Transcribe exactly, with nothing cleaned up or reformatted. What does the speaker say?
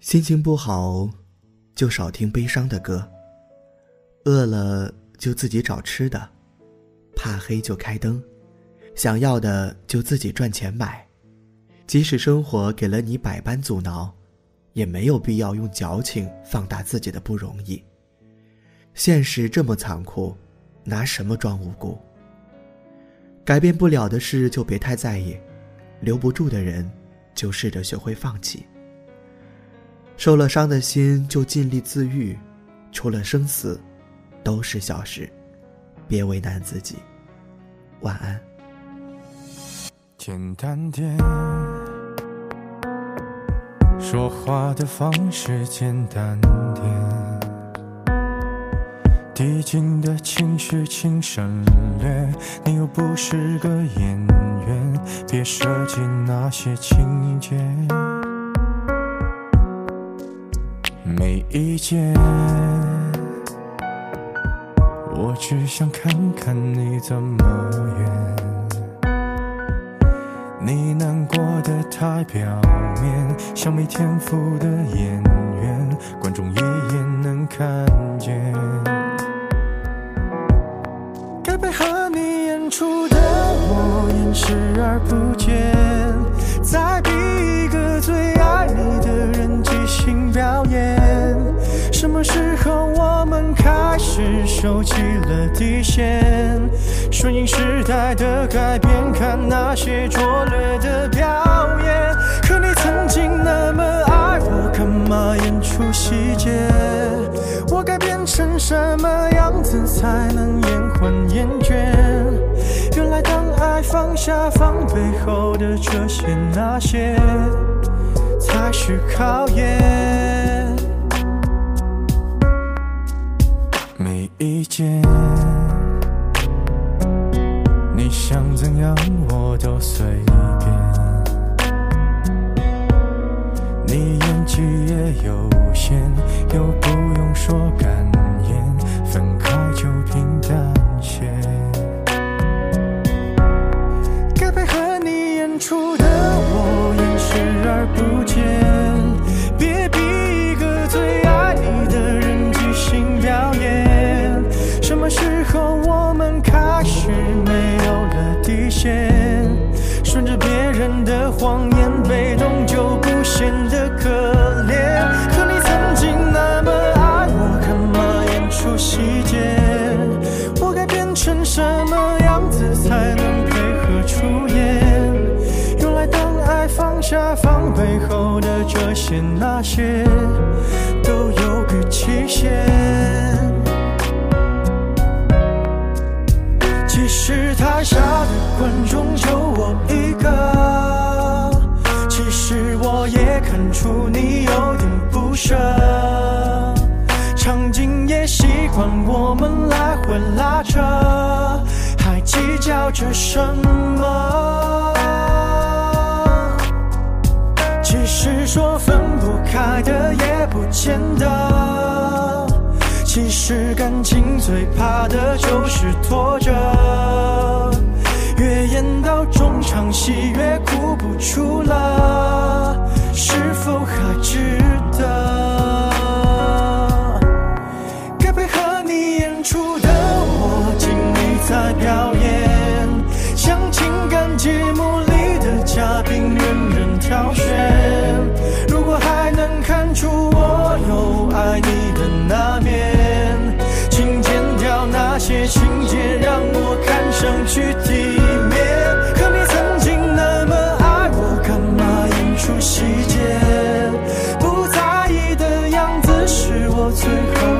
心情不好就少听悲伤的歌，饿了就自己找吃的，怕黑就开灯，想要的就自己赚钱买。即使生活给了你百般阻挠，也没有必要用矫情放大自己的不容易。现实这么残酷，拿什么装无辜？改变不了的事就别太在意，留不住的人就试着学会放弃。受了伤的心就尽力自愈，除了生死都是小事，别为难自己。晚安。 简单点，说话的方式简单点，递进的情绪请省略，你又不是个演员，别设计那些情节。没意见，我只想看看你怎么圆。你难过的太表面，像没天赋的演员，观众一眼能看见。该配合你演出的我演视而不见，再逼一个最爱你的人即兴表演。什么时候我们开始收起了底线？顺应时代的改变，看那些拙劣的表演。可你曾经那么爱我，干嘛演出细节？我该变成什么样子才能延缓厌倦？原来当爱放下放背后的这些那些才是考验。没意见，你想怎样我都随便。你演技也有限，又不用说感言，分开就平淡些。该配合你演出的我演视而不见，别逼一个最爱你的人即兴表演。什么时候我们开始没有了底线？顺着别人的谎言，被动就不显得可怜。可你曾经那么爱我，干嘛演出细节？我该变成什么样子才能配合出演？原来当爱放下放背后的这些那些都有个期限。其实台下的观众就我一个，其实我也看出你有点不舍，场景也习惯我们来回拉扯，还计较着什么？其实说分不开的也不见得，其实感情最怕的就是拖着，越演到中场戏越哭不出了，是否还值得？该配合你演出的我尽力在表演，像情感节目里的嘉宾任人挑选。如果还能看出我有爱你的那面，请剪掉那些情节，让我看上去体面。可你曾经那么爱我，干嘛演出细节？不在意的样子是我最后